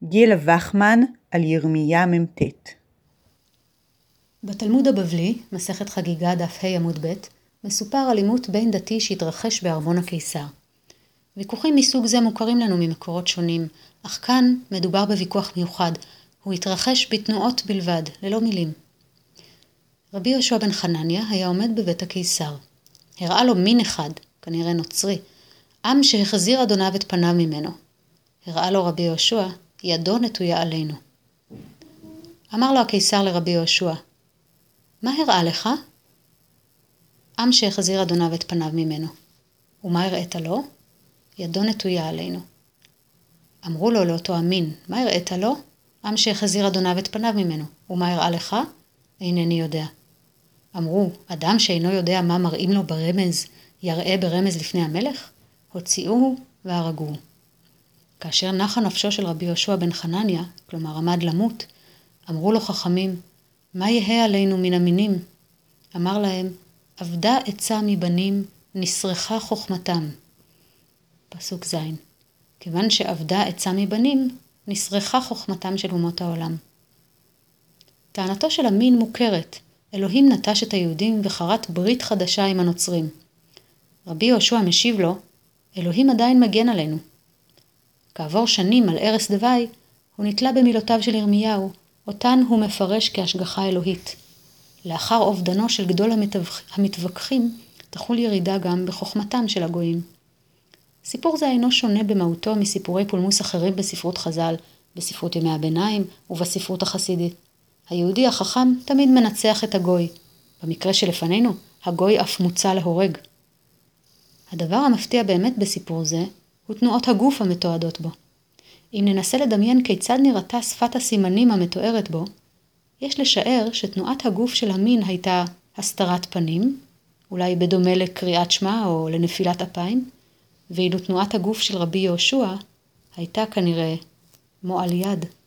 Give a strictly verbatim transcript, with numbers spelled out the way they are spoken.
גילה וחמן על ירמיה מ"ט. בתלמוד הבבלי, מסכת חגיגה דף ה' עמוד ב', מסופר על עימות בין דתי שהתרחש בארמון הקיסר. ויכוחים מסוג זה מוכרים לנו ממקורות שונים, אך כאן מדובר בוויכוח מיוחד, הוא התרחש בתנועות בלבד, ללא מילים. רבי יהושע בן חנניה היה עומד בבית הקיסר. הראה לו מין אחד, כנראה נוצרי, עם שהחזיר אדוניו את פניו ממנו. הראה לו רבי יהושע, ידו נטויה עלינו. אמר לו הקיסר לרבי יהושע, מה הראה לך? עם שהחזיר אדוניו את פניו ממנו. ומה הראית לו? ידו נטויה עלינו. אמרו לו לאותו המין, מה הראית לו? עם שהחזיר אדוניו את פניו ממנו. ומה הראה לך? אינני יודע. אמרו, אדם שאינו יודע מה מראים לו ברמז, יראה ברמז לפני המלך? הוציאוהו והרגוהו. כאשר נחה נפשו של רבי יהושע בן חנניה, כלומר עמד למות, אמרו לו חכמים, מה יהא עלינו מן המינים? אמר להם, עבדה עצה מבנים, נסרחה חוכמתם. פסוק זין. כיוון שעבדה עצה מבנים, נסרחה חוכמתם של אומות העולם. טענתו של המין מוכרת, אלוהים נטש את היהודים וחרת ברית חדשה עם הנוצרים. רבי יהושע משיב לו, אלוהים עדיין מגן עלינו. כעבור שנים על ערש דווי, הוא נתלה במילותיו של ירמיהו, אותן הוא מפרש כהשגחה אלוהית. לאחר אובדנו של גדול המתווכחים, תחול ירידה גם בחוכמתם של הגויים. סיפור זה אינו שונה במהותו מסיפורי פולמוס אחרים בספרות חז"ל, בספרות ימי הביניים ובספרות החסידית. היהודי החכם תמיד מנצח את הגוי. במקרה שלפנינו, הגוי אף מוצא להורג. הדבר המפתיע באמת בסיפור זה, הוא תנועות הגוף המתועדות בו. אם ננסה לדמיין כיצד נראתה שפת הסימנים המתוארת בו, יש לשער שתנועת הגוף של המין הייתה הסתרת פנים, אולי בדומה לקריאת שמע או לנפילת אפיים, ואילו תנועת הגוף של רבי יהושע הייתה כנראה מועל יד.